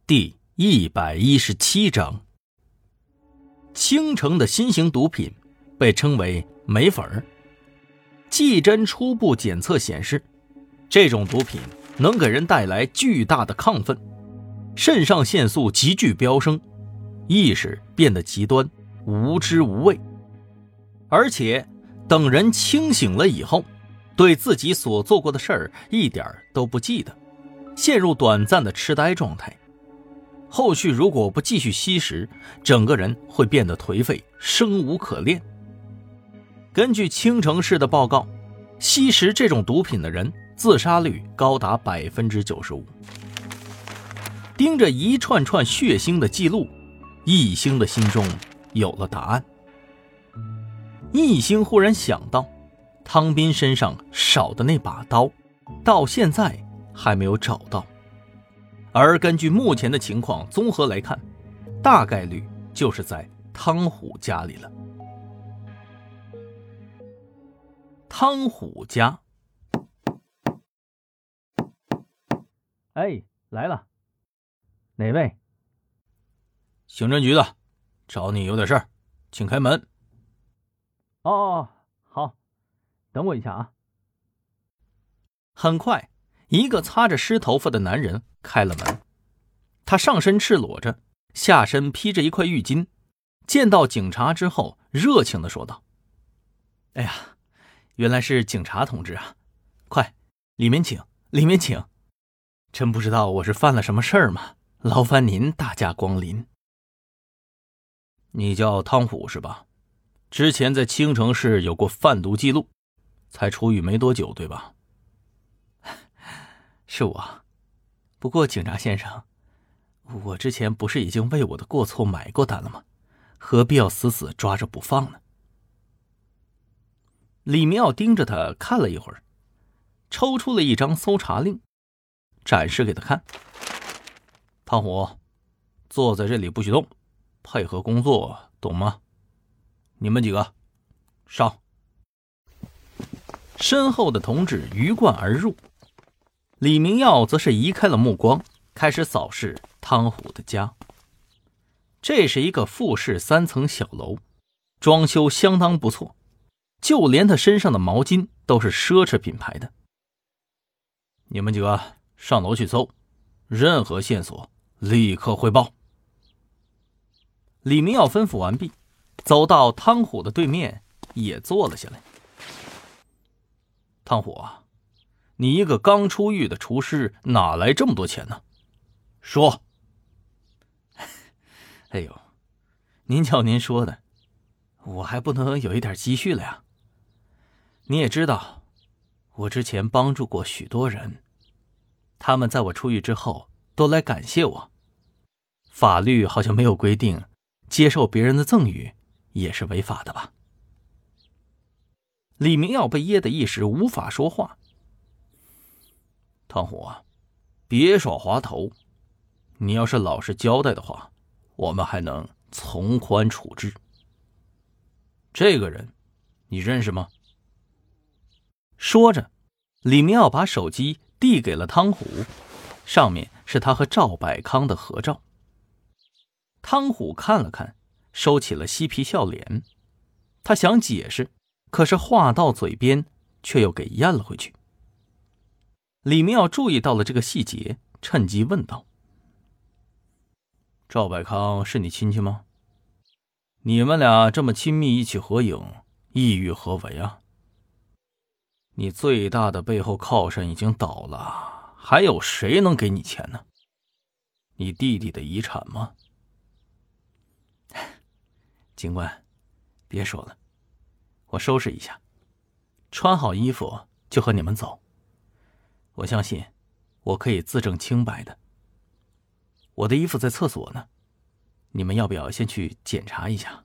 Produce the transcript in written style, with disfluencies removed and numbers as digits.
第117章。青城的新型毒品被称为梅粉。技侦初步检测显示，这种毒品能给人带来巨大的亢奋，肾上腺素急剧飙升，意识变得极端，无知无畏。而且等人清醒了以后，对自己所做过的事儿一点都不记得，陷入短暂的痴呆状态。后续如果不继续吸食，整个人会变得颓废，生无可恋。根据青城市的报告，吸食这种毒品的人自杀率高达 95%。 盯着一串串血腥的记录，易星的心中有了答案。易星忽然想到，汤斌身上少的那把刀到现在还没有找到，而根据目前的情况综合来看，大概率就是在汤虎家里了。汤虎家。哎，来了。哪位？ 刑侦局的，找你有点事儿，请开门。 哦，好，等我一下啊。 很快，一个擦着湿头发的男人开了门。他上身赤裸着，下身披着一块浴巾，见到警察之后热情地说道：哎呀，原来是警察同志啊，快，里面请，里面请。真不知道我是犯了什么事儿吗？劳烦您大驾光临。 你叫汤虎是吧？之前在青城市有过贩毒记录，才出狱没多久对吧？ 是我。不过警察先生，我之前不是已经为我的过错买过单了吗？何必要死死抓着不放呢？李明耀盯着他看了一会儿，抽出了一张搜查令，展示给他看。 汤虎，坐在这里不许动，配合工作，懂吗？你们几个上。 身后的同志鱼贯而入，李明耀则是移开了目光，开始扫视汤虎的家。这是一个复式3层小楼，装修相当不错，就连他身上的毛巾都是奢侈品牌的。 你们几个上楼去搜，任何线索立刻汇报。 李明耀吩咐完毕，走到汤虎的对面也坐了下来。 汤虎啊，你一个刚出狱的厨师哪来这么多钱呢？说。 哎呦，您叫您说的，我还不能有一点积蓄了呀？你也知道，我之前帮助过许多人，他们在我出狱之后都来感谢我。法律好像没有规定接受别人的赠与也是违法的吧？李明耀被噎得一时无法说话。 汤虎啊，别耍滑头，你要是老实交代的话，我们还能从宽处置。这个人你认识吗？ 说着，李明耀把手机递给了汤虎，上面是他和赵百康的合照。汤虎看了看，收起了嬉皮笑脸。他想解释，可是话到嘴边却又给咽了回去。李明耀注意到了这个细节，趁机问道： 赵百康是你亲戚吗？你们俩这么亲密一起合影，意欲何为啊？你最大的背后靠山已经倒了，还有谁能给你钱呢？你弟弟的遗产吗？ 警官，别说了，我收拾一下，穿好衣服就和你们走。我相信我可以自证清白的。我的衣服在厕所呢，你们要不要先去检查一下？